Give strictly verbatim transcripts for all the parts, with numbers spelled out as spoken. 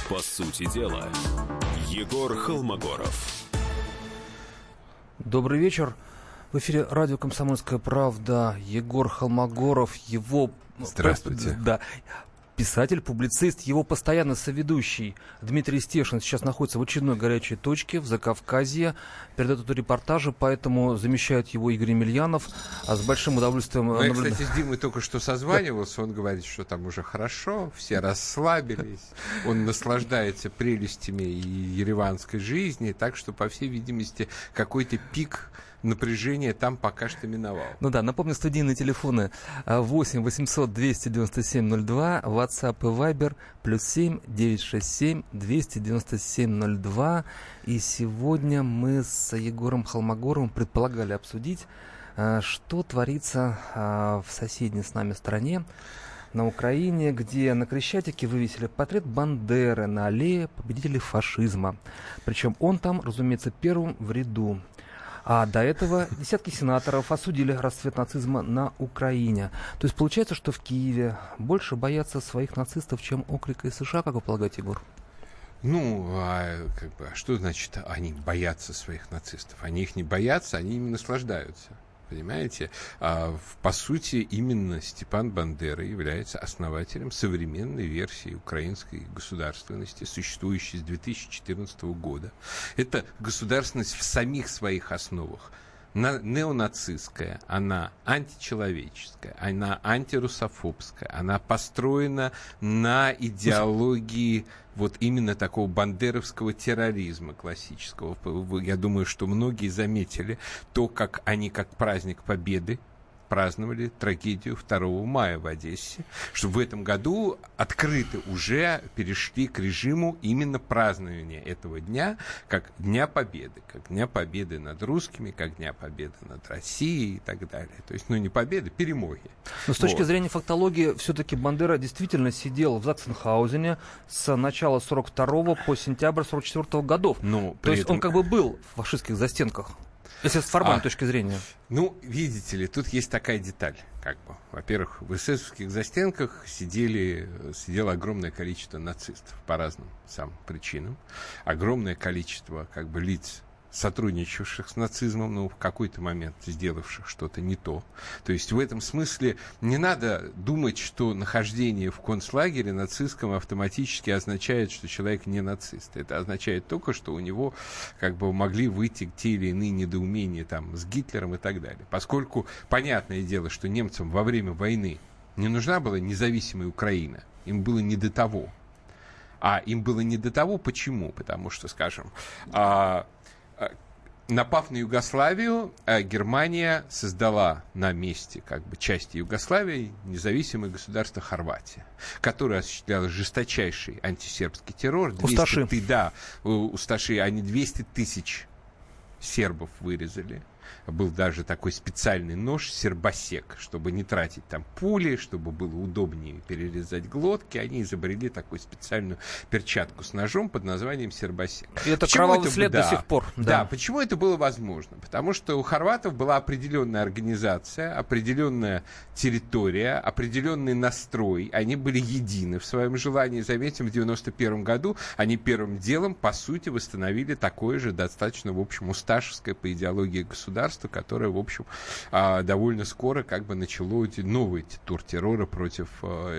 По сути дела, Егор Холмогоров. Добрый вечер. В эфире радио «Комсомольская правда». Егор Холмогоров, его... Здравствуйте. Да. Писатель, публицист, его постоянно соведущий Дмитрий Стешин сейчас находится в очередной горячей точке в Закавказье, передает репортажи, поэтому замещает его Игорь Емельянов. А с большим удовольствием... Ну, я, наблюда... кстати, с Димой только что созванивался, он говорит, что там уже хорошо, все расслабились, он наслаждается прелестями ереванской жизни, так что, по всей видимости, какой-то пик напряжение там пока что миновал. Ну да, напомню, студийные телефоны восемь восемьсот двести девяносто семь ноль два, WhatsApp и Viber плюс семь девятьсот шестьдесят семь двести девяносто семь ноль два. И сегодня мы с Егором Холмогоровым предполагали обсудить, что творится в соседней с нами стране, на Украине, где на Крещатике вывесили портрет Бандеры на аллее победителей фашизма. Причем он там, разумеется, первым в ряду. А до этого десятки сенаторов осудили расцвет нацизма на Украине. То есть получается, что в Киеве больше боятся своих нацистов, чем окрика из США, как вы полагаете, Егор? Ну, а, как бы, а что значит они боятся своих нацистов? Они их не боятся, они ими наслаждаются. Понимаете? А, по сути, именно Степан Бандера является основателем современной версии украинской государственности, существующей с две тысячи четырнадцатого года. Это государственность в самих своих основах. На, неонацистская, она античеловеческая, она антирусофобская, она построена на идеологии вот именно такого бандеровского терроризма классического. Я думаю, что многие заметили то, как они, как праздник Победы, праздновали трагедию второго мая в Одессе, что в этом году открыто уже перешли к режиму именно празднования этого дня, как Дня Победы, как Дня Победы над русскими, как Дня Победы над Россией и так далее. То есть, ну, не победы, перемоги. Но с точки вот. зрения фактологии, все-таки Бандера действительно сидел в Заксенхаузене с начала сорок второго по сентябрь сорок четвёртого годов. Ну, То есть этом... он как бы был в фашистских застенках. Если с формальной а, точки зрения. Ну, видите ли, тут есть такая деталь. Как бы. Во-первых, в эсэсовских застенках сидели, сидело огромное количество нацистов по разным самым причинам. Огромное количество как бы, лиц, сотрудничавших с нацизмом, но в какой-то момент сделавших что-то не то. То есть в этом смысле не надо думать, что нахождение в концлагере нацистском автоматически означает, что человек не нацист. Это означает только, что у него как бы могли выйти те или иные недоумения там, с Гитлером и так далее. Поскольку понятное дело, что немцам во время войны не нужна была независимая Украина. Им было не до того. А им было не до того, почему? Потому что, скажем... А, напав на Югославию, Германия создала на месте как бы, части Югославии независимое государство Хорватия, которое осуществляло жесточайший антисербский террор. Усташи. двести, да, усташи, они двести тысяч сербов вырезали. Был даже такой специальный нож сербосек, чтобы не тратить там пули, чтобы было удобнее перерезать глотки. Они изобрели такую специальную перчатку с ножом под названием сербосек. И это кровавый след да, до сих пор. Да. да, почему это было возможно? Потому что у хорватов была определенная организация, определенная территория, определенный настрой. Они были едины в своем желании. Заметим, в девяносто первом году они первым делом, по сути, восстановили такое же достаточно, в общем, усташевское по идеологии государство, которое, в общем, довольно скоро как бы начало новый тур террора против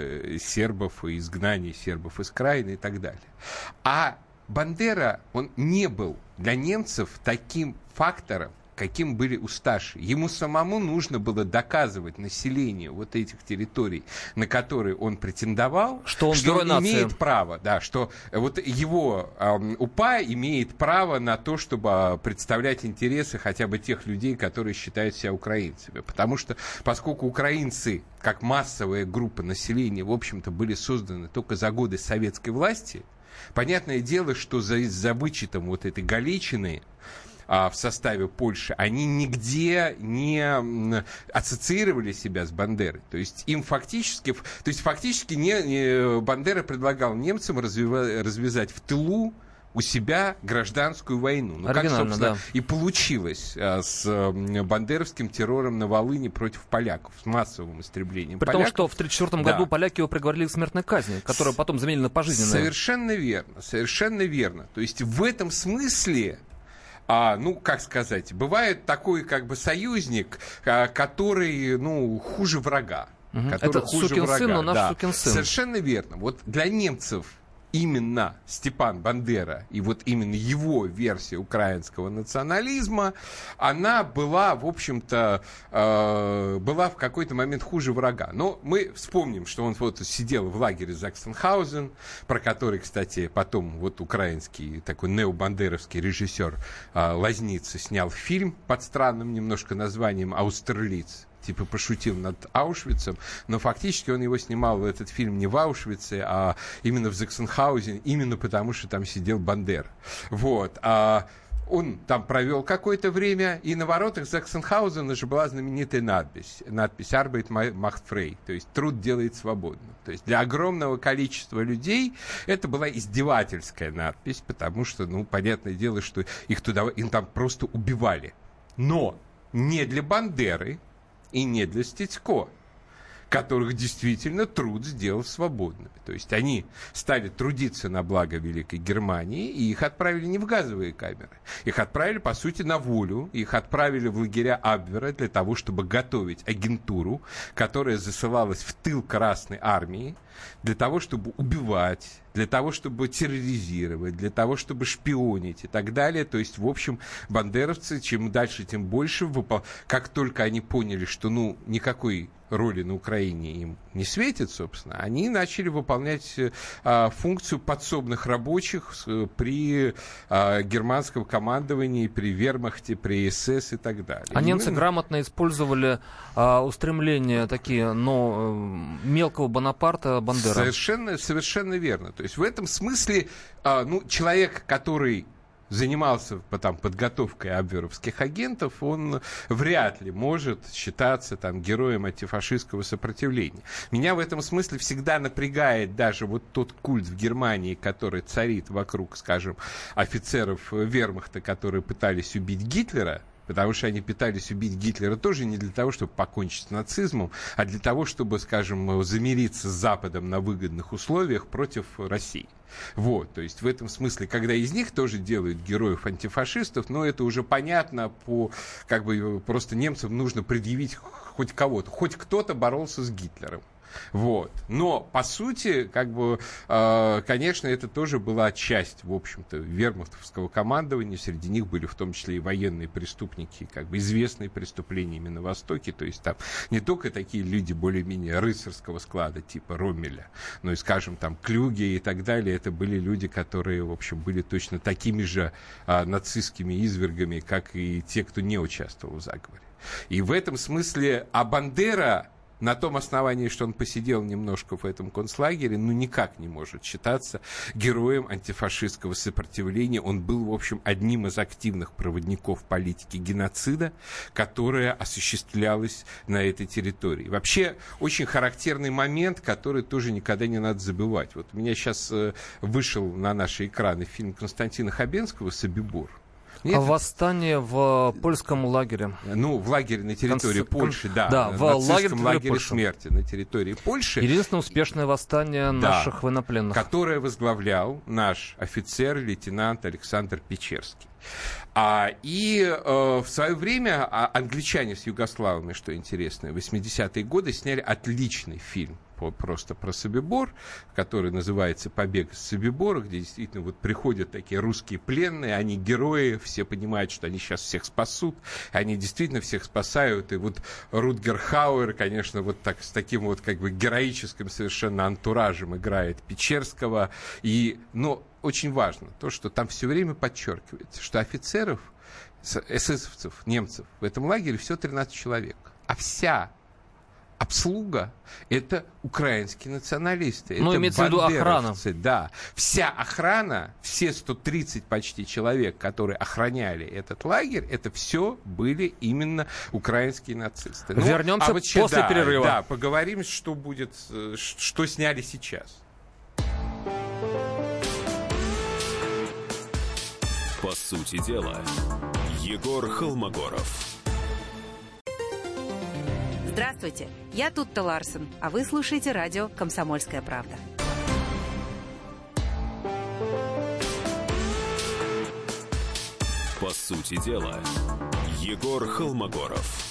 сербов и изгнания сербов из Краины и так далее. А Бандера, он не был для немцев таким фактором, каким были усташи. Ему самому нужно было доказывать населению вот этих территорий, на которые он претендовал, что он, что он имеет нации. право, да, что вот его э, УПА имеет право на то, чтобы представлять интересы хотя бы тех людей, которые считают себя украинцами. Потому что, поскольку украинцы, как массовая группа населения, в общем-то, были созданы только за годы советской власти, понятное дело, что за, за вычетом вот этой Галичины в составе Польши, они нигде не ассоциировали себя с Бандерой. То есть им фактически, то есть фактически не, не, Бандера предлагал немцам развива, развязать в тылу у себя гражданскую войну. Ну, как, собственно, да. и получилось а, с а, бандеровским террором на Волыни против поляков, с массовым истреблением При поляков. том, что в тысяча девятьсот тридцать четвёртом да. году поляки его приговорили к смертной казни, которую потом заменили на пожизненную. Совершенно верно, совершенно верно. То есть в этом смысле, а, ну, как сказать, бывает такой как бы союзник, а, который, ну, хуже врага. Угу. Который Это хуже сукин врага. сын, но наш да. сукин сын. Совершенно верно. Вот для немцев именно Степан Бандера и вот именно его версия украинского национализма, она была, в общем-то, э, была в какой-то момент хуже врага. Но мы вспомним, что он вот сидел в лагере Заксенхаузен, про который, кстати, потом вот украинский такой необандеровский режиссер э, Лазница снял фильм под странным немножко названием «Аустерлиц». Типа пошутил над Аушвицем, но фактически он его снимал, этот фильм, не в Аушвице, а именно в Заксенхаузене, именно потому, что там сидел Бандера. Вот. А он там провел какое-то время, и на воротах Заксенхаузена же была знаменитая надпись. Надпись «Arbeit macht frei», то есть «труд делает свободно». То есть для огромного количества людей это была издевательская надпись, потому что, ну, понятное дело, что их туда, им там просто убивали. Но не для Бандеры, и не для Стецко, которых действительно труд сделал свободными. То есть они стали трудиться на благо Великой Германии, и их отправили не в газовые камеры. Их отправили, по сути, на волю. Их отправили в лагеря Абвера для того, чтобы готовить агентуру, которая засылалась в тыл Красной Армии, для того, чтобы убивать, для того, чтобы терроризировать, для того, чтобы шпионить и так далее. То есть, в общем, бандеровцы, чем дальше, тем больше, выпол... как только они поняли, что, ну, никакой роли на Украине им не светит, собственно, они начали выполнять а, функцию подсобных рабочих с, при а, германском командовании, при вермахте, при СС и так далее. А немцы Именно... грамотно использовали а, устремления такие, но мелкого Бонапарта, Бандера. Совершенно, совершенно верно. То есть в этом смысле, а, ну, человек, который занимался там, подготовкой абверовских агентов, он вряд ли может считаться там, героем антифашистского сопротивления. Меня в этом смысле всегда напрягает даже вот тот культ в Германии, который царит вокруг, скажем, офицеров вермахта, которые пытались убить Гитлера, потому что они пытались убить Гитлера тоже не для того, чтобы покончить с нацизмом, а для того, чтобы, скажем, замириться с Западом на выгодных условиях против России. Вот, то есть в этом смысле, когда из них тоже делают героев-антифашистов, но это уже понятно, по, как бы, просто немцам нужно предъявить хоть кого-то, хоть кто-то боролся с Гитлером. Вот. Но, по сути, как бы, э, конечно, это тоже была часть, в общем-то, вермахтовского командования. Среди них были в том числе и военные преступники, как бы известные преступлениями на Востоке. То есть там не только такие люди более-менее рыцарского склада, типа Роммеля, но и, скажем, там Клюге и так далее. Это были люди, которые, в общем, были точно такими же э, нацистскими извергами, как и те, кто не участвовал в заговоре. И в этом смысле, а Бандера... на том основании, что он посидел немножко в этом концлагере, ну, никак не может считаться героем антифашистского сопротивления. Он был, в общем, одним из активных проводников политики геноцида, которая осуществлялась на этой территории. Вообще, очень характерный момент, который тоже никогда не надо забывать. Вот у меня сейчас э, вышел на наши экраны фильм Константина Хабенского «Собибор». Нет? Восстание в польском лагере. Ну, в лагере на территории Конс... Польши, да. Да, в нацистском лагере, лагере смерти на территории Польши. Единственное успешное восстание да, наших военнопленных. Которое возглавлял наш офицер, лейтенант Александр Печерский. А, и э, в свое время а, англичане с югославами, что интересно, в восьмидесятые годы сняли отличный фильм по, просто про Собибор, который называется «Побег из Собибора», где действительно вот приходят такие русские пленные, они герои, все понимают, что они сейчас всех спасут, они действительно всех спасают, и вот Рутгер Хауэр, конечно, вот так, с таким вот как бы героическим совершенно антуражем играет Печерского, и, но очень важно то, что там все время подчеркивается, что офицеров, эсэсовцев, немцев в этом лагере всего тринадцать человек, а вся обслуга — это украинские националисты. Ну, это имеется в виду охрана. Да. Вся охрана, все сто тридцать почти человек, которые охраняли этот лагерь, это все были именно украинские нацисты. Ну, Вернемся а вот после да, перерыва. Да, поговорим, что будет, что сняли сейчас. По сути дела, Егор Холмогоров. Здравствуйте, я Тутта Ларсен, а вы слушаете радио «Комсомольская правда». По сути дела, Егор Холмогоров.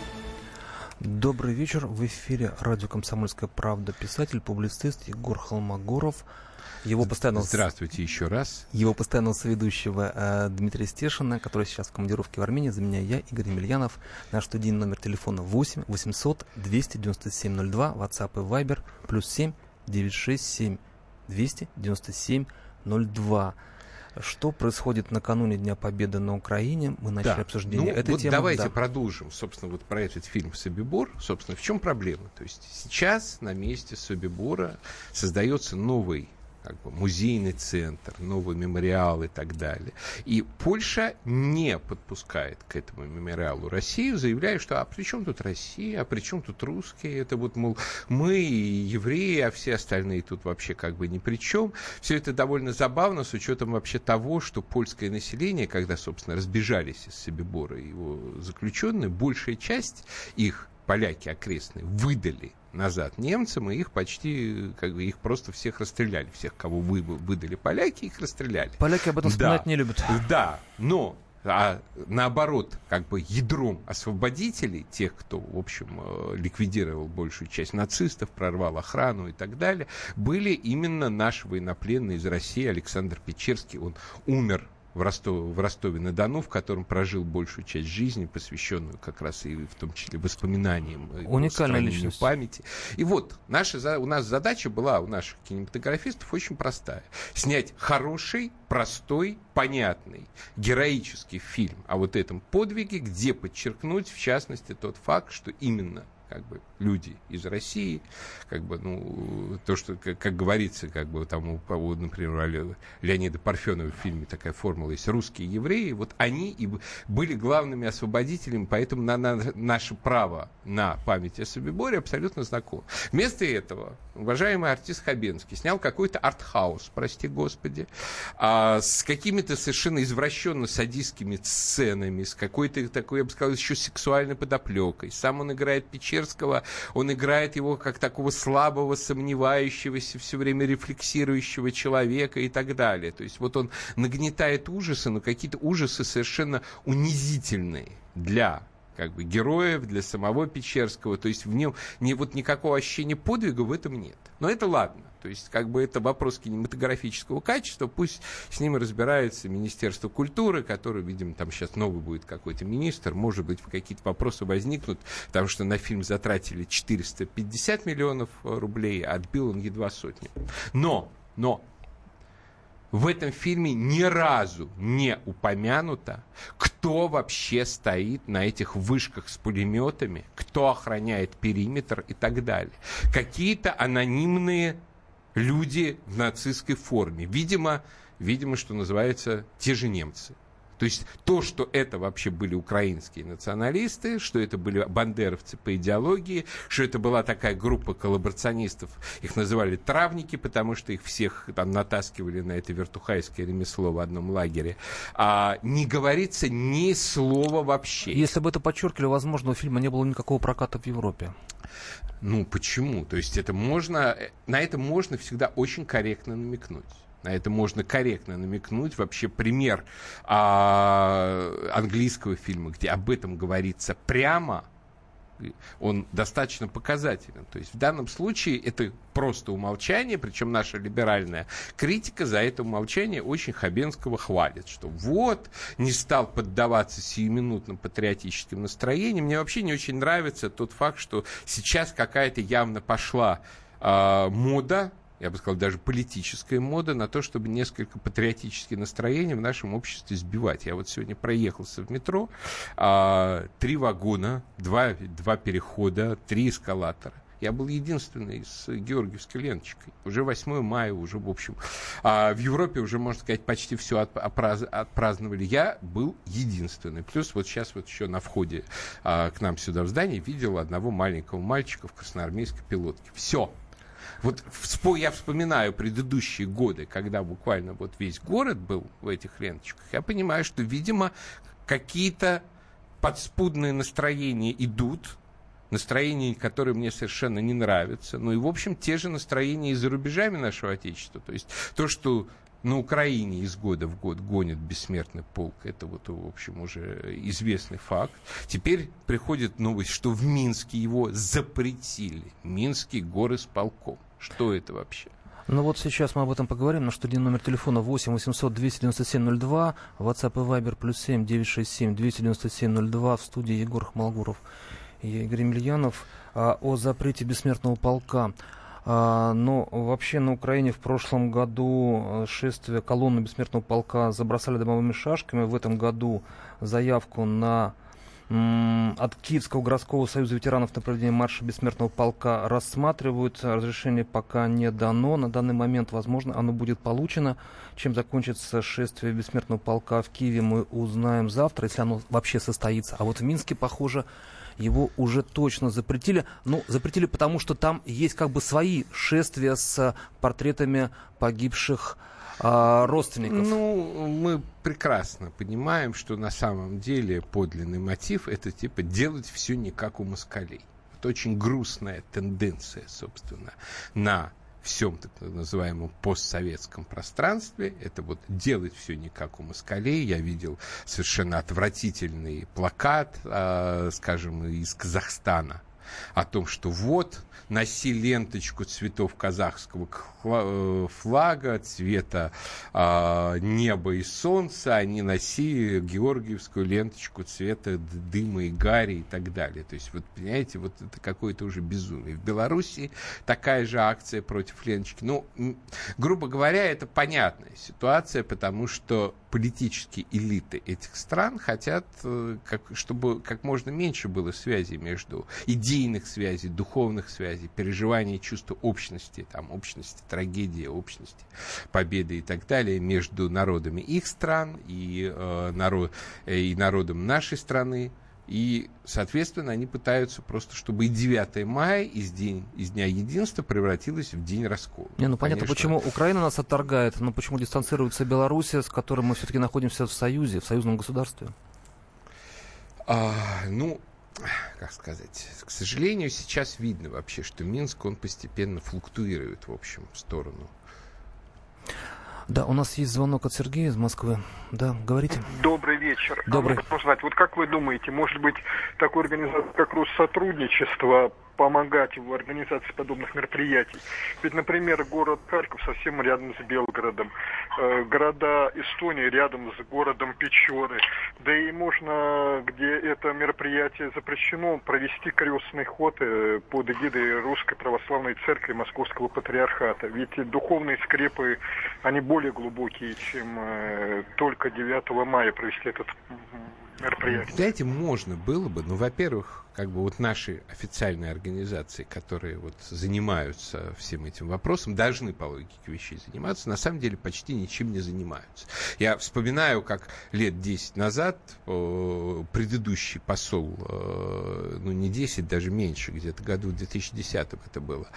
Добрый вечер. В эфире радио «Комсомольская правда». Писатель, публицист Егор Холмогоров. Его постоянного... Здравствуйте еще раз. Его постоянного соведущего э, Дмитрия Стешина, который сейчас в командировке в Армении. За меня я, Игорь Емельянов. Наш студийный номер телефона восемь восемьсот двести девяносто семь ноль два. WhatsApp и Viber плюс семь девятьсот шестьдесят семь двести девяносто семь ноль два. Что происходит накануне Дня Победы на Украине? Мы начали да. обсуждение ну, этой вот темы. Давайте да. продолжим, собственно, вот про этот фильм «Собибор». Собственно, в чем проблема? То есть сейчас на месте Собибора создается новый как бы музейный центр, новый мемориал и так далее. И Польша не подпускает к этому мемориалу Россию, заявляя, что а при чем тут Россия, а при чем тут русские? Это вот, мол, мы евреи, а все остальные тут вообще как бы ни при чем. Все это довольно забавно с учетом вообще того, что польское население, когда, собственно, разбежались из Собибора его заключенные, большая часть их, поляки окрестные, выдали назад немцам, и их почти, как бы, их просто всех расстреляли. Всех, кого вы, выдали поляки, их расстреляли. Поляки об этом вспоминать да, не любят. Да, но а наоборот, как бы ядром освободителей, тех, кто, в общем, ликвидировал большую часть нацистов, прорвал охрану и так далее, были именно наши военнопленные из России. Александр Печерский, он умер в Ростове, в Ростове-на-Дону, в котором прожил большую часть жизни, посвященную как раз и в том числе воспоминаниям, уникальная личность, памяти. И вот наша, у нас задача была, у наших кинематографистов, очень простая. Снять хороший, простой, понятный, героический фильм о вот этом подвиге, где подчеркнуть, в частности, тот факт, что именно как бы люди из России, как бы, ну, то, что, как, как говорится, как бы там, у, например, Леонида Парфенова в фильме такая формула есть, русские евреи, вот они и были главными освободителями, поэтому на, на, наше право на память о Собиборе абсолютно знакомо. Вместо этого уважаемый артист Хабенский снял какой-то артхаус, прости господи, а, с какими-то совершенно извращенно-садистскими сценами, с какой-то такой, я бы сказал, еще сексуальной подоплекой. Сам он играет Печерского, он играет его как такого слабого, сомневающегося, все время рефлексирующего человека и так далее. То есть вот он нагнетает ужасы, но какие-то ужасы совершенно унизительные для как бы героев, для самого Печерского. То есть в нем не, вот никакого ощущения подвига в этом нет. Но это ладно. То есть как бы это вопрос кинематографического качества. Пусть с ним разбирается Министерство культуры, которое, видимо, там сейчас новый будет какой-то министр. Может быть, какие-то вопросы возникнут, потому что на фильм затратили четыреста пятьдесят миллионов рублей, а отбил он едва сотню. Но, но в этом фильме ни разу не упомянуто, кто вообще стоит на этих вышках с пулеметами, кто охраняет периметр и так далее. Какие-то анонимные люди в нацистской форме. Видимо, видимо, что называется, те же немцы. То есть то, что это вообще были украинские националисты, что это были бандеровцы по идеологии, что это была такая группа коллаборационистов, их называли травники, потому что их всех там натаскивали на это вертухайское ремесло в одном лагере, а, не говорится ни слова вообще. Если бы это подчеркивали, возможно, у фильма не было никакого проката в Европе. Ну, почему? То есть это можно, на это можно всегда очень корректно намекнуть. На это можно корректно намекнуть. Вообще пример а, английского фильма, где об этом говорится прямо, он достаточно показателен. То есть в данном случае это просто умолчание, причем наша либеральная критика за это умолчание очень Хабенского хвалит, что вот, не стал поддаваться сиюминутным патриотическим настроениям. Мне вообще не очень нравится тот факт, что сейчас какая-то явно пошла а, мода, я бы сказал, даже политическая мода на то, чтобы несколько патриотические настроения в нашем обществе сбивать. Я вот сегодня проехался в метро, а, три вагона, два, два перехода, три эскалатора. Я был единственный с георгиевской ленточкой. Уже восьмое мая, уже, в общем, а в Европе уже, можно сказать, почти все отпраздновали. Я был единственный. Плюс вот сейчас вот еще на входе а, к нам сюда в здание видел одного маленького мальчика в красноармейской пилотке. Все. Вот я вспоминаю предыдущие годы, когда буквально вот весь город был в этих ленточках, я понимаю, что, видимо, какие-то подспудные настроения идут, настроения, которые мне совершенно не нравятся. Ну и, в общем, те же настроения и за рубежами нашего Отечества. То есть то, что на Украине из года в год гонит бессмертный полк, это вот, в общем, уже известный факт. Теперь приходит новость, что в Минске его запретили. Минский горисполком. Что это вообще? Ну вот сейчас мы об этом поговорим. Наш студийный номер телефона восемь восемьсот двести девяносто семь ноль два, WhatsApp и Viber плюс семь девятьсот шестьдесят семь двести девяносто семь ноль два. В студии Егор Хмалгуров и Игорь Емельянов. А, о запрете бессмертного полка. А, но вообще на Украине в прошлом году шествие колонны бессмертного полка забросали дымовыми шашками. В этом году заявку на от Киевского городского союза ветеранов на проведение марша бессмертного полка рассматривают. Разрешение пока не дано. На данный момент, возможно, оно будет получено. Чем закончится шествие бессмертного полка в Киеве, мы узнаем завтра, если оно вообще состоится. А вот в Минске, похоже, его уже точно запретили. Ну, запретили, потому что там есть как бы свои шествия с портретами погибших а, родственников. Ну, мы прекрасно понимаем, что на самом деле подлинный мотив — это типа делать все не как у москалей. Это очень грустная тенденция, собственно, на всем так называемом постсоветском пространстве. Это вот делать все не как у москалей. Я видел совершенно отвратительный плакат, э, скажем, из Казахстана о том, что вот, носи ленточку цветов казахского флага, цвета э, неба и солнца, а не носи георгиевскую ленточку цвета дыма и гари и так далее. То есть, вот, понимаете, вот это какое-то уже безумие. В Беларуси такая же акция против ленточки. Ну, грубо говоря, это понятная ситуация, потому что политические элиты этих стран хотят, как, чтобы как можно меньше было связей между идейных связей, духовных связей, переживаний, чувства общности, там, общности трагедии, общности победы и так далее между народами их стран и, э, народ, и народом нашей страны. И, соответственно, они пытаются просто, чтобы и девятое мая из, день, из Дня Единства превратилось в День раскола. Не, ну понятно, Конечно. Почему Украина нас отторгает, но почему дистанцируется Белоруссия, с которой мы все-таки находимся в союзе, в союзном государстве? А, ну, как сказать, к сожалению, сейчас видно вообще, что Минск, он постепенно флуктуирует, в общем, в сторону. Да, у нас есть звонок от Сергея из Москвы. Да, говорите. Добрый вечер. Добрый. А можно узнать, вот как вы думаете, может быть, такой организация, как Россотрудничество, помогать в организации подобных мероприятий? Ведь, например, город Харьков совсем рядом с Белгородом. Э, города Эстонии рядом с городом Печоры. Да и можно, где это мероприятие запрещено, провести крестный ход э, под эгидой Русской Православной Церкви Московского Патриархата. Ведь духовные скрепы, они более глубокие, чем э, только девятого мая провести этот мероприятие. Знаете, можно было бы, но, во-первых, как бы вот наши официальные организации, которые вот занимаются всем этим вопросом, должны по логике вещей заниматься, на самом деле почти ничем не занимаются. Я вспоминаю, как лет десять назад э, предыдущий посол, э, ну не десять, даже меньше, где-то году в две тысячи десятом это было,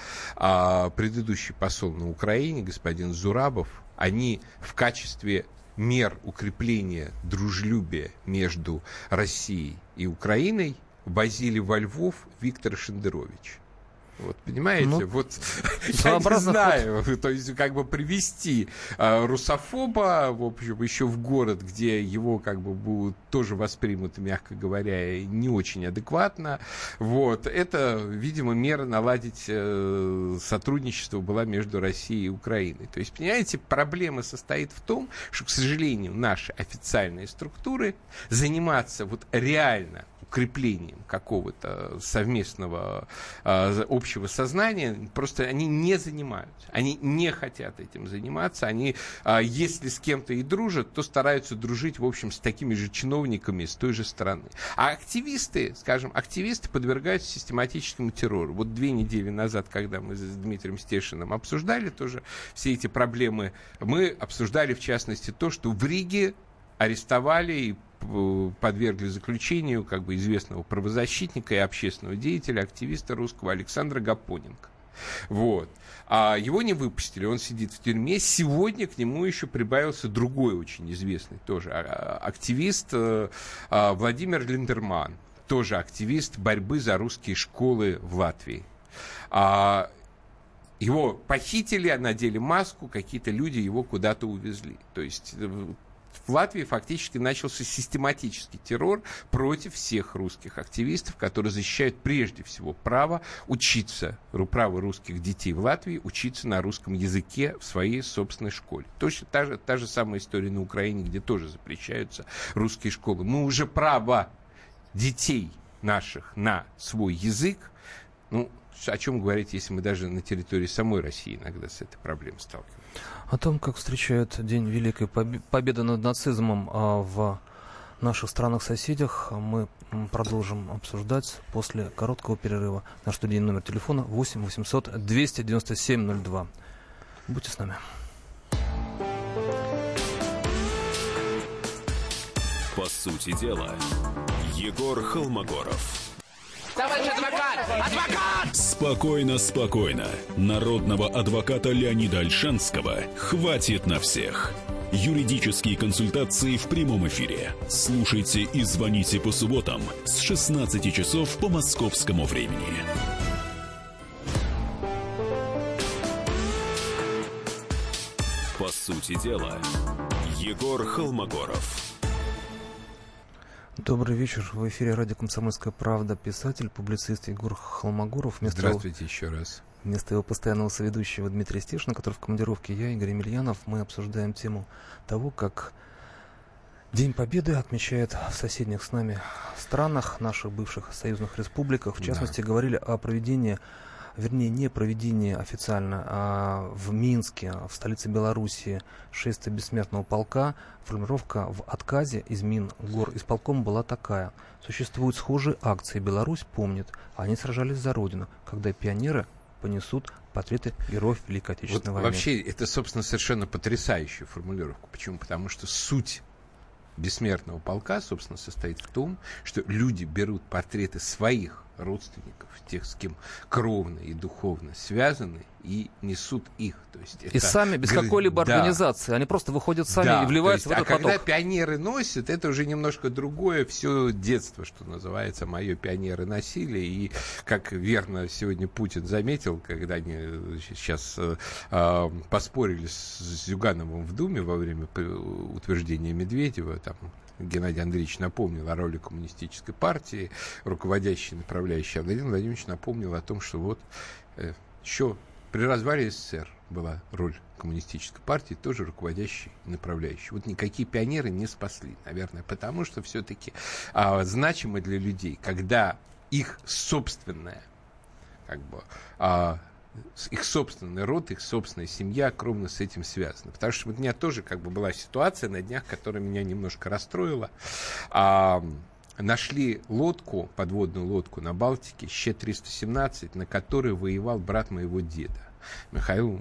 а предыдущий посол на Украине, господин Зурабов, они в качестве мер укрепления дружелюбия между Россией и Украиной возили во Львов Виктора Шендеровича. Вот, понимаете, ну, вот я не знаю, ход. То есть как бы привести э, русофоба, в общем, еще в город, где его как бы будут тоже воспримуты, мягко говоря, не очень адекватно. Вот, это, видимо, мера наладить э, сотрудничество была между Россией и Украиной. То есть, понимаете, проблема состоит в том, что, к сожалению, наши официальные структуры заниматься вот реально укреплением какого-то совместного э, общего сознания, просто они не занимаются. Они не хотят этим заниматься. Они, э, если с кем-то и дружат, то стараются дружить, в общем, с такими же чиновниками с той же стороны. А активисты, скажем, активисты подвергаются систематическому террору. Вот две недели назад, когда мы с Дмитрием Стешиным обсуждали тоже все эти проблемы, мы обсуждали, в частности, то, что в Риге арестовали и подвергли заключению как бы известного правозащитника и общественного деятеля, активиста русского Александра Гапоненко. Вот. А его не выпустили, он сидит в тюрьме. Сегодня к нему еще прибавился другой очень известный тоже активист Владимир Линдерман, тоже активист борьбы за русские школы в Латвии. Его похитили, надели маску, какие-то люди его куда-то увезли. То есть в Латвии фактически начался систематический террор против всех русских активистов, которые защищают прежде всего право учиться, право русских детей в Латвии учиться на русском языке в своей собственной школе. Точно та же, та же самая история на Украине, где тоже запрещаются русские школы. Мы уже право детей наших на свой язык, ну, о чем говорить, если мы даже на территории самой России иногда с этой проблемой сталкиваемся? О том, как встречают День Великой Победы над нацизмом в наших странах-соседях, мы продолжим обсуждать после короткого перерыва. Наш студийный номер телефона восемь восемьсот двести девяносто семь ноль два. Будьте с нами. По сути дела, Егор Холмогоров. Товарищ адвокат! Адвокат! Спокойно, спокойно. Народного адвоката Леонида Ольшанского хватит на всех. Юридические консультации в прямом эфире. Слушайте и звоните по субботам с шестнадцати часов по московскому времени. По сути дела, Егор Холмогоров. Добрый вечер. В эфире радио «Комсомольская правда» писатель, публицист Егор Холмогоров. Вместо Здравствуйте его, еще раз. Вместо его постоянного соведущего Дмитрия Стешина, который в командировке, я, Игорь Емельянов, мы обсуждаем тему того, как День Победы отмечают в соседних с нами странах, наших бывших союзных республиках. В частности, да. говорили о проведении, вернее, не проведении официально, а в Минске, в столице Белоруссии, шествие бессмертного полка. Формулировка в отказе из Мингорисполкома была такая. Существуют схожие акции. Беларусь помнит. Они сражались за Родину, когда пионеры понесут портреты героев Великой Отечественной вот войны. Вообще, это, собственно, совершенно потрясающая формулировка. Почему? Потому что суть бессмертного полка, собственно, состоит в том, что люди берут портреты своих родственников, тех, с кем кровно и духовно связаны, и несут их. То есть это и сами, без гр... какой-либо да. организации, они просто выходят сами да, и вливаются есть, в этот а поток. когда пионеры носят, это уже немножко другое, все детство, что называется, мое пионеры носили, и как верно сегодня Путин заметил, когда они сейчас э, поспорили с Зюгановым в Думе во время утверждения Медведева, там Геннадий Андреевич напомнил о роли коммунистической партии, руководящей, направляющей, а Владимир Владимирович напомнил о том, что вот э, еще при развале СССР была роль коммунистической партии, тоже руководящей и направляющей. Вот никакие пионеры не спасли, наверное, потому что все-таки а, значимо для людей, когда их собственная, как бы, а, их собственный род, их собственная семья кровно с этим связана. Потому что у меня тоже как бы была ситуация на днях, которая меня немножко расстроила. А, нашли лодку, подводную лодку на Балтике, Щ триста семнадцать, на которой воевал брат моего деда, Михаил,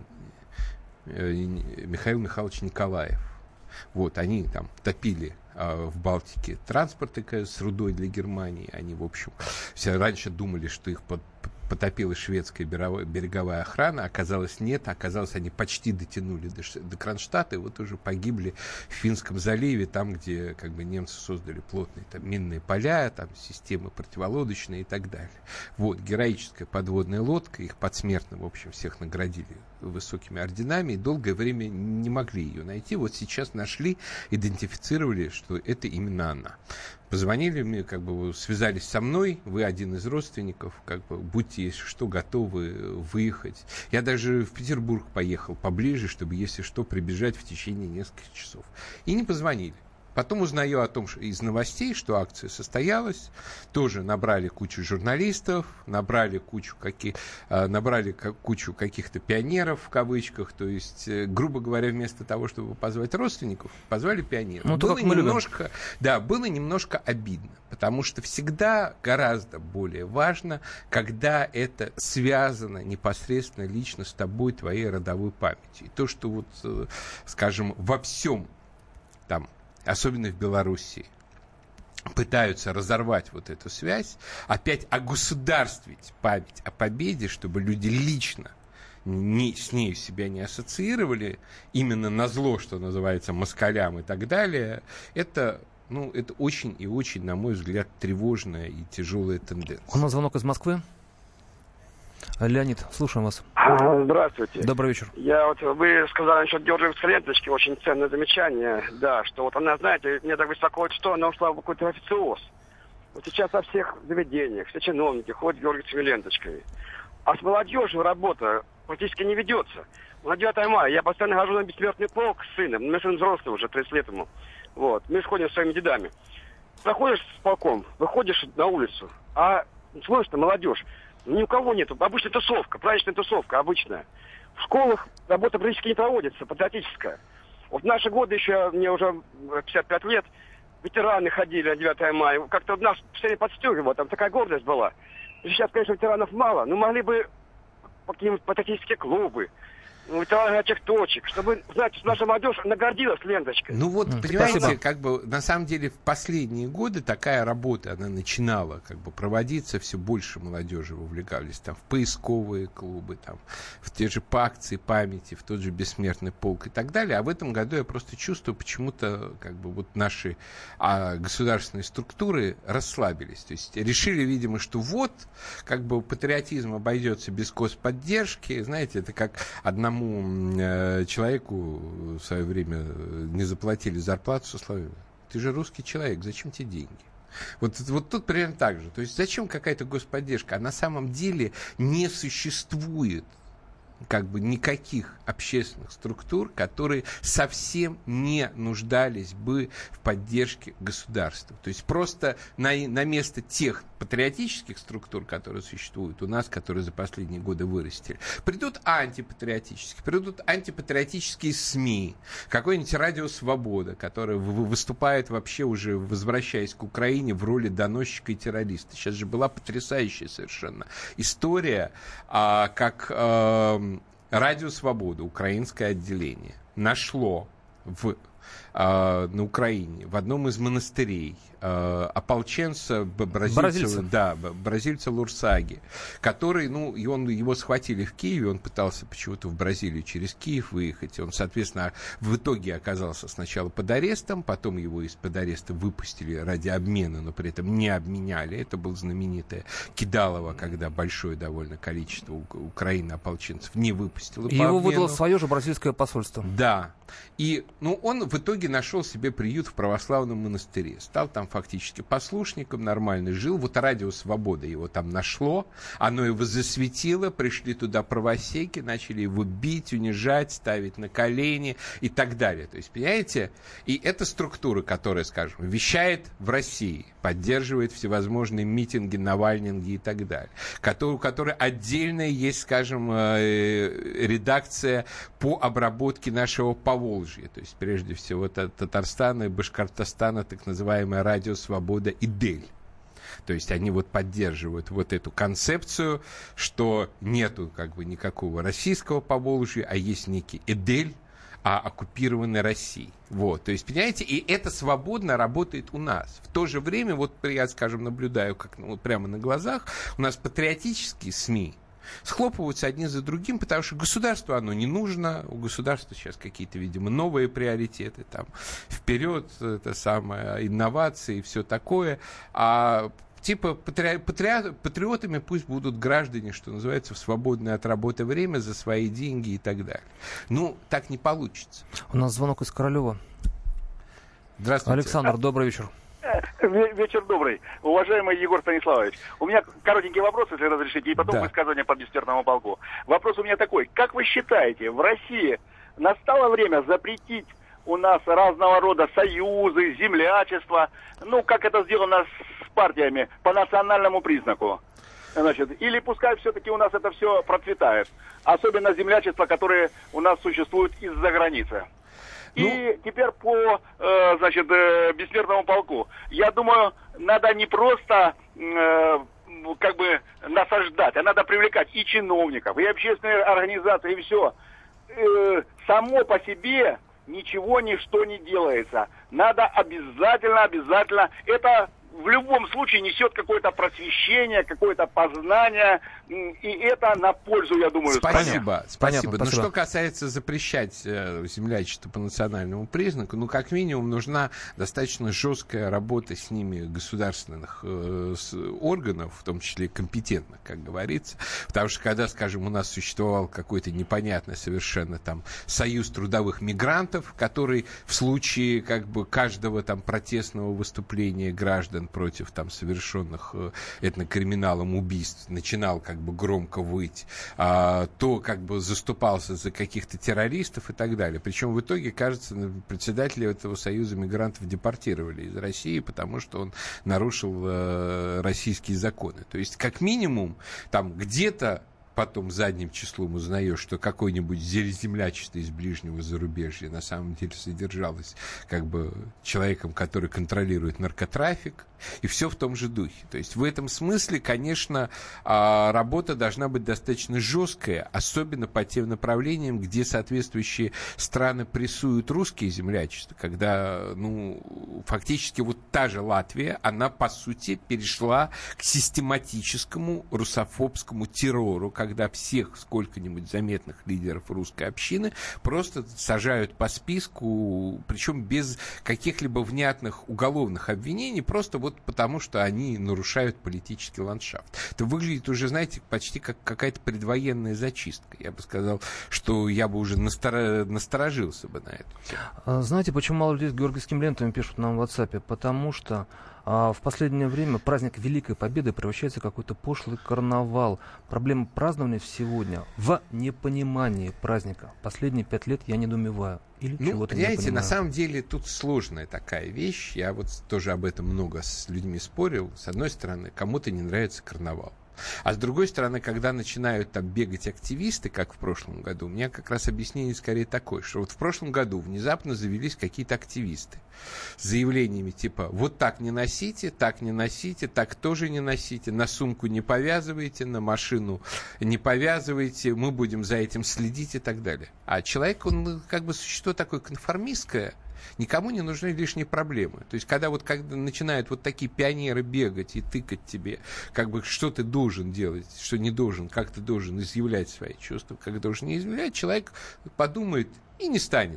э, Михаил Михайлович Николаев. Вот, они там топили э, в Балтике транспорт с рудой для Германии. Они, в общем, все раньше думали, что их под потопила шведская береговая охрана, оказалось нет, оказалось они почти дотянули до, до Кронштадта, и вот уже погибли в Финском заливе, там, где как бы немцы создали плотные там, минные поля, там системы противолодочные и так далее. Вот, героическая подводная лодка, их посмертно, в общем, всех наградили высокими орденами, и долгое время не могли ее найти. Вот сейчас нашли, идентифицировали, что это именно она. Позвонили мне, как бы связались со мной, вы один из родственников, как бы будьте, если что, готовы выехать. Я даже в Петербург поехал поближе, чтобы, если что, прибежать в течение нескольких часов. И не позвонили. Потом узнаю о том, что из новостей, что акция состоялась, тоже набрали кучу журналистов, набрали кучу, каких, набрали кучу каких-то пионеров, в кавычках, то есть, грубо говоря, вместо того, чтобы позвать родственников, позвали пионеров. Ну, было немножко, да, было немножко обидно, потому что всегда гораздо более важно, когда это связано непосредственно лично с тобой, твоей родовой памятью. И то, что вот, скажем, во всем там, особенно в Белоруссии, пытаются разорвать вот эту связь, опять огосударствить память о победе, чтобы люди лично не, с ней себя не ассоциировали, именно назло, что называется, москалям и так далее, это, ну, это очень и очень, на мой взгляд, тревожная и тяжелая тенденция. У нас звонок из Москвы. Леонид, слушаем вас. Здравствуйте. Добрый вечер. Я вот, вы сказали насчет Георгиевской ленточки, очень ценное замечание, да, что вот она, знаете, мне так беспокоит, что она ушла в какой-то официоз. Вот сейчас во всех заведениях, все чиновники ходят с Георгиевскими ленточками. А с молодежью работа практически не ведется. На девятое мая я постоянно хожу на бессмертный полк с сыном, мой сын взрослый уже, тридцать лет ему. Вот, мы сходим с своими дедами. Проходишь с полком, выходишь на улицу, а смотришь, молодежь. Ни у кого нету. Обычная тусовка, праздничная тусовка, обычная. В школах работа практически не проводится, патриотическая. Вот в наши годы еще, мне уже пятьдесят пять лет, ветераны ходили на девятое мая. Как-то нас все время подстегивало, там такая гордость была. Сейчас, конечно, ветеранов мало, но могли бы какие-нибудь патриотические клубы, ветераны этих точек, чтобы, знаете, наша молодежь нагордилась ленточкой. Ну вот, понимаете, Спасибо. как бы на самом деле в последние годы такая работа, она начинала как бы проводиться, все больше молодежи вовлекались там в поисковые клубы, там, в те же по акции памяти, в тот же бессмертный полк и так далее. А в этом году я просто чувствую, почему-то как бы вот наши а, государственные структуры расслабились. То есть решили, видимо, что вот как бы патриотизм обойдется без господдержки. Знаете, это как одному человеку в свое время не заплатили зарплату со словами: ты же русский человек, зачем тебе деньги? Вот, вот тут примерно так же. То есть зачем какая-то господдержка? А на самом деле не существует как бы никаких общественных структур, которые совсем не нуждались бы в поддержке государства. То есть просто на, на место тех патриотических структур, которые существуют у нас, которые за последние годы вырастили, придут антипатриотические, придут антипатриотические СМИ, какое-нибудь радио «Свобода», которое выступает вообще уже, возвращаясь к Украине, в роли доносчика и террориста. Сейчас же была потрясающая совершенно история, а, как а, радио «Свобода», украинское отделение, нашло в Uh, на Украине, в одном из монастырей uh, ополченца бразильца, бразильца. Да, бразильца Лурсаги, который, ну, и он, его схватили в Киеве, он пытался почему-то в Бразилию через Киев выехать, он, соответственно, в итоге оказался сначала под арестом, потом его из-под ареста выпустили ради обмена, но при этом не обменяли. Это был знаменитое Кидалово, когда большое довольно количество Украины ополченцев не выпустило по Его обмену. выдало свое же бразильское посольство. Да. И, ну, он в итоге нашел себе приют в православном монастыре. Стал там фактически послушником, нормально жил. Вот радио «Свобода» его там нашло. Оно его засветило. Пришли туда правосеки, начали его бить, унижать, ставить на колени и так далее. То есть, понимаете? И эта структура, которая, скажем, вещает в России, поддерживает всевозможные митинги, навальнинги и так далее, у которой отдельная есть, скажем, редакция по обработке нашего Поволжья. То есть, прежде всего, Татарстана и Башкортостана, так называемое радио «Свобода» и «Дель». То есть они вот поддерживают вот эту концепцию, что нету как бы никакого российского Поволжья, а есть некий Эдель, а оккупированной России. Вот, то есть, понимаете, и это свободно работает у нас. В то же время, вот я, скажем, наблюдаю, как ну, вот прямо на глазах, у нас патриотические СМИ схлопываются одни за другим, потому что государству оно не нужно, у государства сейчас какие-то, видимо, новые приоритеты, там, вперед, это самое, инновации и все такое, а типа патри... Патри... патриотами пусть будут граждане, что называется, в свободное от работы время за свои деньги и так далее. Ну, так не получится. У нас звонок из Королева. Здравствуйте. Александр, добрый вечер. Вечер добрый. Уважаемый Егор Станиславович, у меня коротенький вопрос, если разрешите, и потом да. высказывание по бессмертному полку. Вопрос у меня такой. Как вы считаете, в России настало время запретить у нас разного рода союзы, землячество, ну, как это сделано с партиями, по национальному признаку? Значит, или пускай все-таки у нас это все процветает, особенно землячество, которое у нас существует из-за границы. И ну... теперь по, э, значит, э, бессмертному полку. Я думаю, надо не просто э, как бы насаждать, а надо привлекать и чиновников, и общественные организации, и все. Э, само по себе ничего, ничто не делается. Надо обязательно, обязательно, это в любом случае несет какое-то просвещение, какое-то познание, и это на пользу, я думаю. Спасибо, спасибо. Понятно, Но спасибо. что касается запрещать э, землячество по национальному признаку, ну, как минимум, нужна достаточно жесткая работа с ними государственных э, с органов, в том числе компетентных, как говорится. Потому что, когда, скажем, у нас существовал какой-то непонятный совершенно там союз трудовых мигрантов, который в случае как бы каждого там протестного выступления граждан против там совершенных э, этнокриминалом убийств начинал как бы громко выть, а, то как бы заступался за каких-то террористов и так далее. Причем в итоге, кажется, председателя этого союза мигрантов депортировали из России, потому что он нарушил э, российские законы. То есть, как минимум, там где-то потом задним числом узнаешь, что какое-нибудь землячество из ближнего зарубежья на самом деле содержалось как бы человеком, который контролирует наркотрафик, и все в том же духе. То есть в этом смысле, конечно, работа должна быть достаточно жесткая, особенно по тем направлениям, где соответствующие страны прессуют русские землячества, когда, ну, фактически вот та же Латвия, она, по сути, перешла к систематическому русофобскому террору, когда всех сколько-нибудь заметных лидеров русской общины просто сажают по списку, причем без каких-либо внятных уголовных обвинений, просто вот потому, что они нарушают политический ландшафт. Это выглядит уже, знаете, почти как какая-то предвоенная зачистка. Я бы сказал, что я бы уже настор... насторожился бы на это. Знаете, почему мало людей с георгиевскими лентами пишут нам в WhatsApp? Потому что а, в последнее время праздник Великой Победы превращается в какой-то пошлый карнавал. Проблема празднования сегодня в непонимании праздника. Последние пять лет я недоумеваю. Или ну, чего-то понимаете, не понимаю. На самом деле тут сложная такая вещь. Я вот тоже об этом много с людьми спорил. С одной стороны, кому-то не нравится карнавал. А с другой стороны, когда начинают там бегать активисты, как в прошлом году, у меня как раз объяснение скорее такое, что вот в прошлом году внезапно завелись какие-то активисты с заявлениями типа вот так не носите, так не носите, так тоже не носите, на сумку не повязывайте, на машину не повязывайте, мы будем за этим следить и так далее. А человек, он как бы существо такое конформистское, никому не нужны лишние проблемы. То есть, когда вот когда начинают вот такие пионеры бегать и тыкать тебе, как бы, что ты должен делать, что не должен, как ты должен изъявлять свои чувства, как должен не изъявлять, человек подумает и не станет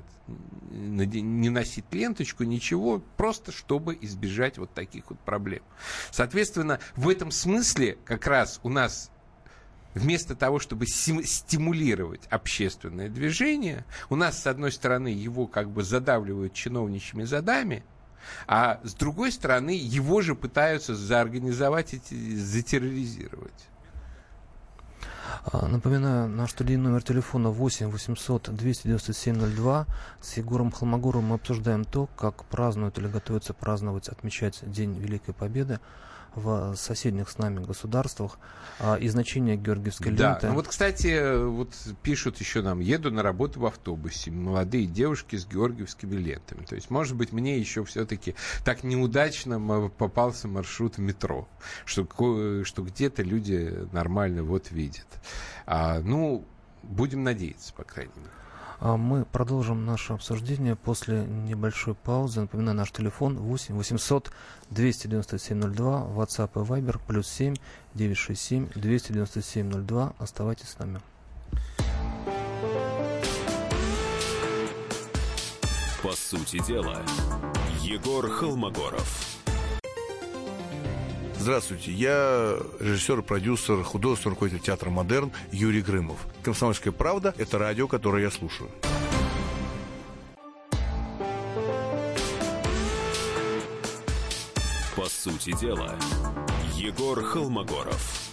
не носить ленточку, ничего, просто чтобы избежать вот таких вот проблем. Соответственно, в этом смысле как раз у нас вместо того, чтобы стимулировать общественное движение, у нас, с одной стороны, его как бы задавливают чиновничьими задами, а с другой стороны, его же пытаются заорганизовать и затерроризировать. Напоминаю, наш студийный номер телефона восемь восемьсот двести девяносто семь ноль два. С Егором Холмогоровым мы обсуждаем то, как празднуют или готовятся праздновать, отмечать День Великой Победы в соседних с нами государствах, а, и значение георгиевской ленты. Да, ну вот, кстати, вот пишут еще нам, еду на работу в автобусе, молодые девушки с георгиевскими лентами. То есть, может быть, мне еще все-таки так неудачно попался маршрут метро, что, что где-то люди нормально вот видят. А, ну, будем надеяться, по крайней мере. Мы продолжим наше обсуждение после небольшой паузы. Напоминаю, наш телефон восемь восемьсот двести девяносто семь ноль два, WhatsApp и Viber, плюс семь девятьсот шестьдесят семь двести девяносто семь ноль два. Оставайтесь с нами. По сути дела, Егор Холмогоров. Здравствуйте, я режиссер, продюсер, художественный руководитель театра «Модерн» Юрий Грымов. «Комсомольская правда» — это радио, которое я слушаю. По сути дела, Егор Холмогоров.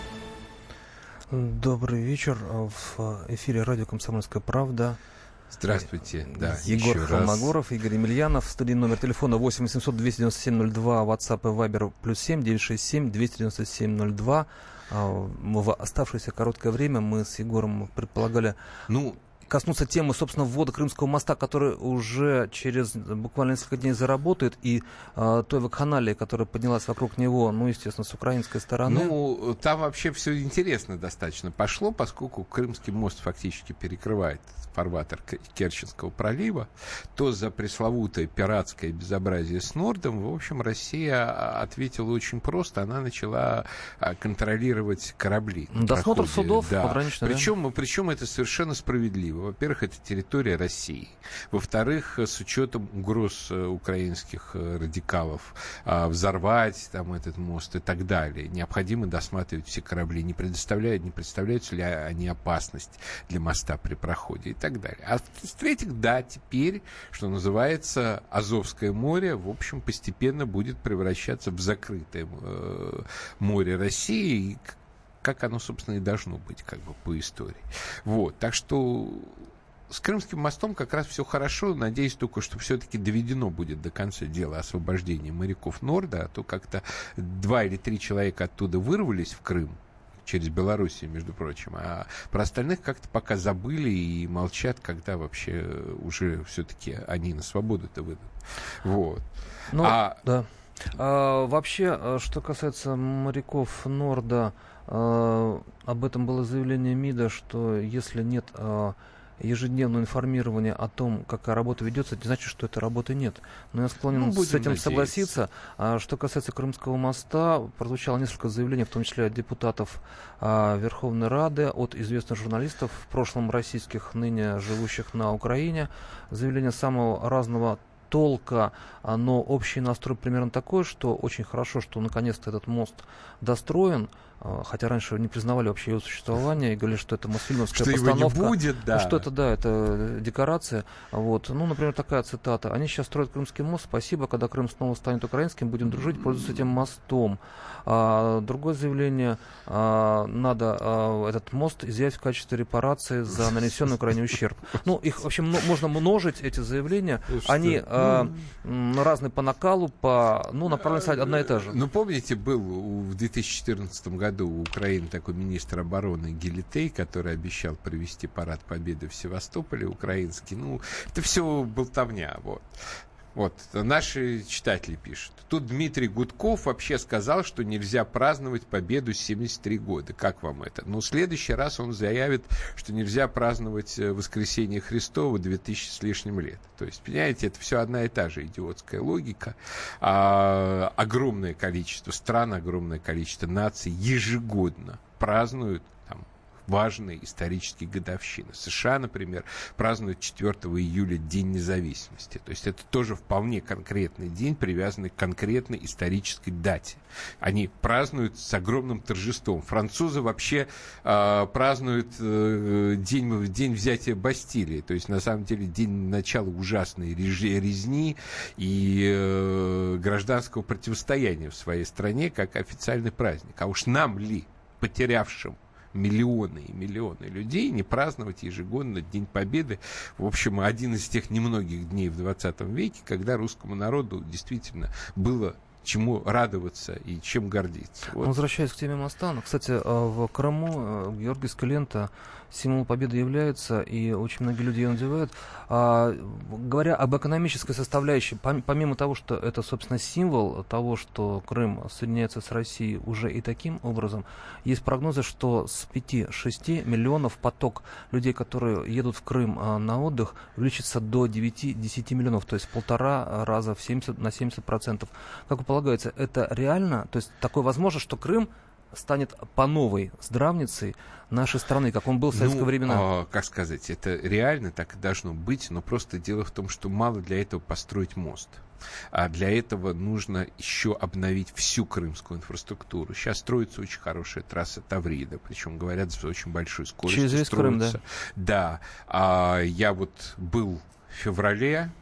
Добрый вечер. В эфире радио «Комсомольская правда». Здравствуйте, да, Егор Холмогоров, раз. Игорь Емельянов. Студийный номер телефона восемь восемьсот двести девяносто семь ноль два, WhatsApp и Viber, плюс семь девятьсот шестьдесят семь двести девяносто семь ноль два. В оставшееся короткое время мы с Егором предполагали... Ну, коснуться темы, собственно, ввода Крымского моста, который уже через буквально несколько дней заработает, и э, той вакханалии, которая поднялась вокруг него, ну, естественно, с украинской стороны. Ну, там вообще все интересно достаточно пошло, поскольку Крымский мост фактически перекрывает фарватер Керченского пролива, то за пресловутое пиратское безобразие с Нордом, в общем, Россия ответила очень просто. Она начала контролировать корабли. Досмотр судов да. пограничных. Причем, да? причем это совершенно справедливо. Во-первых, это территория России. Во-вторых, с учетом угроз украинских радикалов взорвать там этот мост и так далее, необходимо досматривать все корабли. Не предоставляют, не представляют ли они опасность для моста при проходе и так далее. А в-третьих, да, теперь, что называется, Азовское море, в общем, постепенно будет превращаться в закрытое э, море России, и как оно, собственно, и должно быть, как бы, по истории. Вот, так что с Крымским мостом как раз все хорошо. Надеюсь только, что все-таки доведено будет до конца дело освобождения моряков Норда, а то как-то два или три человека оттуда вырвались в Крым, через Белоруссию, между прочим, а про остальных как-то пока забыли и молчат, когда вообще уже все-таки они на свободу-то выйдут. Вот. Ну, а... да. А, вообще, что касается моряков Норда, а, об этом было заявление МИДа, что если нет а, ежедневное информирование о том, какая работа ведется, это не значит, что этой работы нет. Но я склонен ну, с этим надеяться. согласиться. А, что касается Крымского моста, прозвучало несколько заявлений, в том числе от депутатов а, Верховной Рады, от известных журналистов, в прошлом российских, ныне живущих на Украине. Заявления самого разного толка, но общий настрой примерно такой, что очень хорошо, что наконец-то этот мост достроен, хотя раньше не признавали вообще его существование и говорили, что это мосфильмовская что постановка. Его не будет, да. Что это, да, это декорация. Вот. Ну, например, такая цитата. Они сейчас строят Крымский мост. Спасибо, когда Крым снова станет украинским, будем дружить, пользоваться этим мостом. А, другое заявление. А, надо а, этот мост изъять в качестве репарации за нанесенный Украине ущерб. Ну, их, в общем, можно множить, эти заявления. Они а, разные по накалу, по, ну, направленность одна и та же. Ну, помните, был в две тысячи четырнадцатом году у Украины такой министр обороны Гелетей, который обещал провести парад Победы в Севастополе украинский. Ну, это все болтовня. Вот. Вот, наши читатели пишут. Тут Дмитрий Гудков вообще сказал, что нельзя праздновать победу семьдесят три года. Как вам это? Ну, в следующий раз он заявит, что нельзя праздновать воскресение Христово две тысячи с лишним лет. То есть, понимаете, это все одна и та же идиотская логика. А, огромное количество стран, огромное количество наций ежегодно празднуют важные исторические годовщины. США, например, празднуют четвёртого июля День независимости. То есть это тоже вполне конкретный день, привязанный к конкретной исторической дате. Они празднуют с огромным торжеством. Французы вообще э, празднуют э, день, день взятия Бастилии. То есть на самом деле день начала ужасной резни и э, гражданского противостояния в своей стране как официальный праздник. А уж нам ли, потерявшим миллионы и миллионы людей, не праздновать ежегодно День Победы. В общем, один из тех немногих дней в двадцатом веке, когда русскому народу действительно было чему радоваться и чем гордиться. Вот. Возвращаясь к теме моста, ну, кстати, в Крыму георгиевская лента символом победы является, и очень многие люди ее надевают. А, говоря об экономической составляющей, помимо того, что это, собственно, символ того, что Крым соединяется с Россией уже и таким образом, есть прогнозы, что с пяти-шести миллионов поток людей, которые едут в Крым а, на отдых, увеличится до девяти-десяти миллионов, то есть полтора раза в семьдесят, на семьдесят процентов. Как вы полагаете, это реально? То есть такое возможно, что Крым станет по новой здравницей нашей страны, как он был в советское ну, времена? А, как сказать, это реально так и должно быть, но просто дело в том, что мало для этого построить мост. А для этого нужно еще обновить всю крымскую инфраструктуру. Сейчас строится очень хорошая трасса Таврида, причем, говорят, с очень большой скоростью. Через весь Крым, да? Да. А, я вот был в феврале,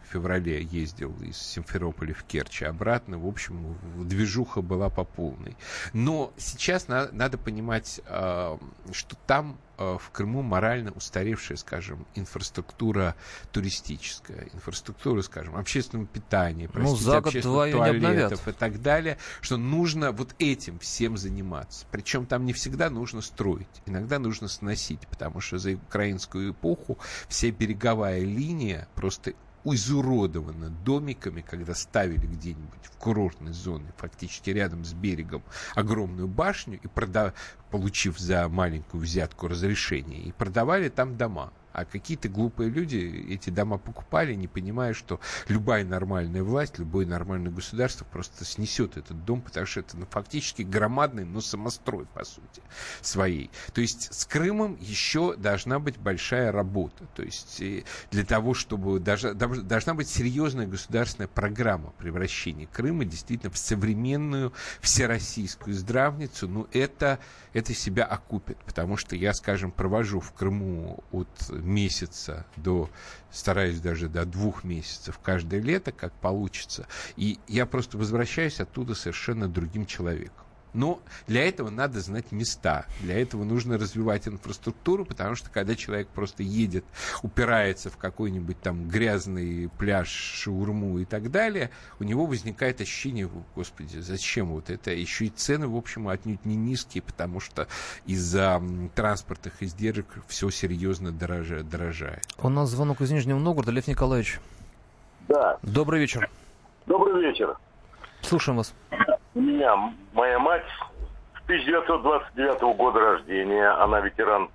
в феврале ездил из Симферополя в Керчь обратно. В общем, движуха была по полной. Но сейчас на, надо понимать, э, что там э, в Крыму морально устаревшая, скажем, инфраструктура туристическая, инфраструктура, скажем, общественного питания, простите, ну, за год общественных туалетов и так далее, что нужно вот этим всем заниматься. Причем там не всегда нужно строить, иногда нужно сносить, потому что за украинскую эпоху вся береговая линия просто изуродована домиками, когда ставили где-нибудь в курортной зоне, фактически рядом с берегом, огромную башню, и прода... получив за маленькую взятку разрешение, и продавали там дома. А какие-то глупые люди эти дома покупали, не понимая, что любая нормальная власть, любое нормальное государство просто снесет этот дом, потому что это ну, фактически громадный, но самострой, по сути, своей. То есть с Крымом еще должна быть большая работа. То есть для того, чтобы... Должна, должна быть серьезная государственная программа превращения Крыма действительно в современную всероссийскую здравницу. Ну, это, это себя окупит, потому что я, скажем, провожу в Крыму от месяца до, стараюсь даже до двух месяцев каждое лето, как получится. И я просто возвращаюсь оттуда совершенно другим человеком. Но для этого надо знать места. Для этого нужно развивать инфраструктуру, потому что когда человек просто едет, упирается в какой-нибудь там грязный пляж, шаурму и так далее, у него возникает ощущение, господи, зачем вот это? Еще и цены, в общем, отнюдь не низкие, потому что из-за транспортных издержек все серьезно дорожает. дорожает. У нас звонок из Нижнего Новгорода. Лев Николаевич. Да. Добрый вечер. Добрый вечер. Слушаем вас. У меня моя мать тысяча девятьсот двадцать девятого года рождения. Она ветеран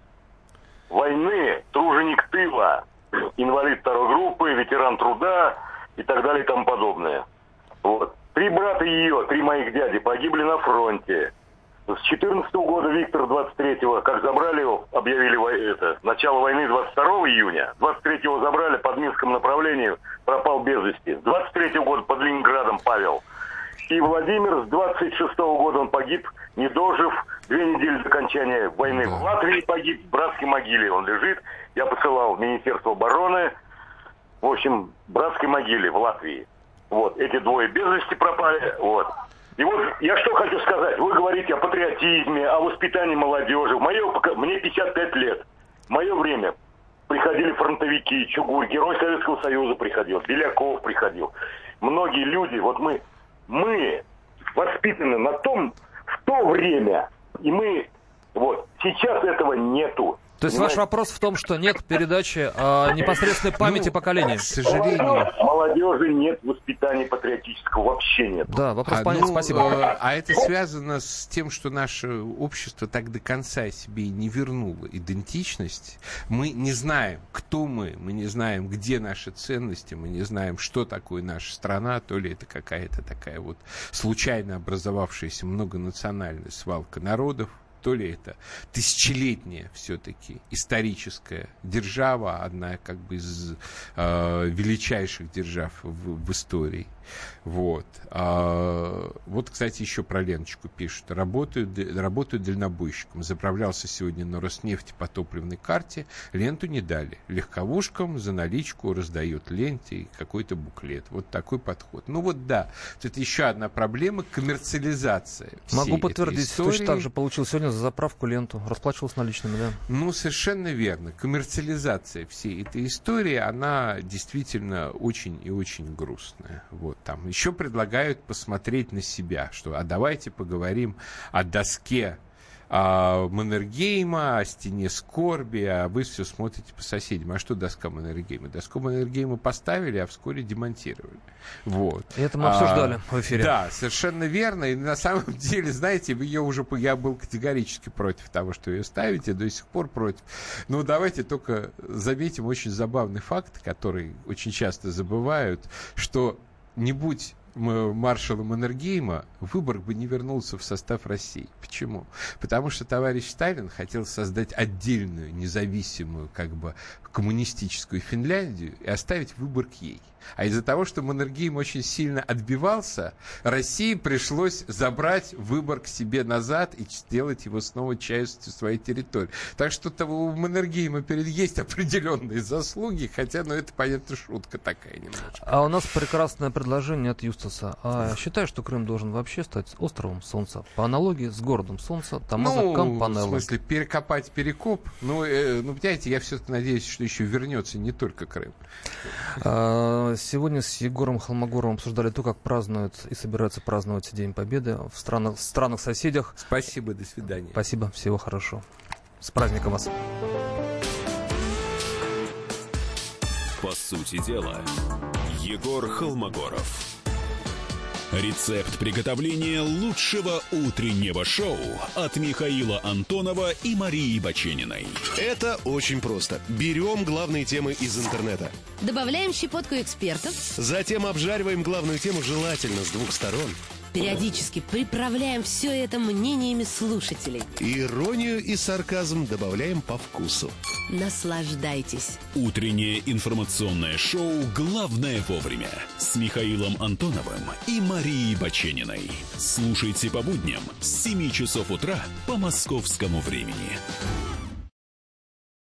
войны, труженик тыла, инвалид второй группы, ветеран труда и так далее и тому подобное. Вот. Три брата ее, три моих дяди погибли на фронте. С четырнадцатого года Виктор двадцать третьего, как забрали его, объявили это, начало войны двадцать второго июня, двадцать третьего забрали по Минскому направлению, пропал без вести. С двадцать третьего года под Ленинградом Павел. И Владимир с двадцать шестого года он погиб, не дожив две недели до окончания войны. В Латвии погиб, в братской могиле он лежит. Я посылал в Министерство обороны, в общем, в братской могиле в Латвии. Вот, эти двое без вести пропали, вот. И вот я что хочу сказать. Вы говорите о патриотизме, о воспитании молодежи. Мое, мне пятьдесят пять лет. В мое время приходили фронтовики, Чугуй, герой Советского Союза приходил, Беляков приходил. Многие люди, вот мы, мы воспитаны на том, в то время, и мы, вот, сейчас этого нету. То есть ваш вопрос в том, что нет передачи а, непосредственной памяти ну, поколений? К сожалению. Молодежи нет воспитания патриотического, вообще нет. Да, вопрос а, понятен, ну, спасибо. А, а это связано с тем, что наше общество так до конца себе не вернуло идентичность. Мы не знаем, кто мы, мы не знаем, где наши ценности, мы не знаем, что такое наша страна, то ли это какая-то такая вот случайно образовавшаяся многонациональная свалка народов, то ли это тысячелетняя все-таки историческая держава, одна как бы из э, величайших держав в, в истории. Вот. А, вот, кстати, еще про Леночку пишут. Работаю, работаю дальнобойщиком. Заправлялся сегодня на Роснефти по топливной карте. Ленту не дали. Легковушкам за наличку раздает ленте и какой-то буклет. Вот такой подход. Ну вот да, это еще одна проблема — коммерциализация всей Могу подтвердить, этой истории. точно так же получил сегодня за заправку ленту. Расплачивался наличными, да. Ну, совершенно верно. Коммерциализация всей этой истории, она действительно очень и очень грустная. Вот. Там еще предлагают посмотреть на себя, что а давайте поговорим о доске а, Маннергейма, о стене скорби, а вы все смотрите по соседям. А что доска Маннергейма? Доску Маннергейма поставили, а вскоре демонтировали. Вот. И это мы обсуждали а, в эфире. Да, совершенно верно. И на самом деле, знаете, ее уже, я был категорически против того, что ее ставите, до сих пор против. Но давайте только заметим очень забавный факт, который очень часто забывают, что не будь маршала Маннергейма, Выборг бы не вернулся в состав России. Почему? Потому что товарищ Сталин хотел создать отдельную, независимую, как бы, коммунистическую Финляндию и оставить Выборг ей. А из-за того, что Маннергейм очень сильно отбивался, России пришлось забрать Выборг себе назад и сделать его снова частью своей территории. Так что у Маннергейма перед есть определенные заслуги, хотя, ну, это, понятно, шутка такая немножко. А у нас прекрасное предложение от Юстаса. А считаю, что Крым должен вообще стать островом Солнца. По аналогии с городом Солнца Томмазо ну, Кампанелло. В смысле, перекопать перекоп. Ну, э, ну, понимаете, я все-таки надеюсь, что еще вернется не только Крым. А, сегодня с Егором Холмогоровым обсуждали то, как празднуют и собираются праздновать День Победы в странах, в странах-соседях. Спасибо, до свидания. Спасибо, всего хорошего. С праздником вас. По сути дела, Егор Холмогоров. Рецепт приготовления лучшего утреннего шоу от Михаила Антонова и Марии Бачениной. Это очень просто. Берем главные темы из интернета. Добавляем щепотку экспертов. Затем обжариваем главную тему желательно с двух сторон. Периодически приправляем все это мнениями слушателей. Иронию и сарказм добавляем по вкусу. Наслаждайтесь. Утреннее информационное шоу «Главное вовремя» с Михаилом Антоновым и Марией Бачениной. Слушайте по будням с семи часов утра по московскому времени.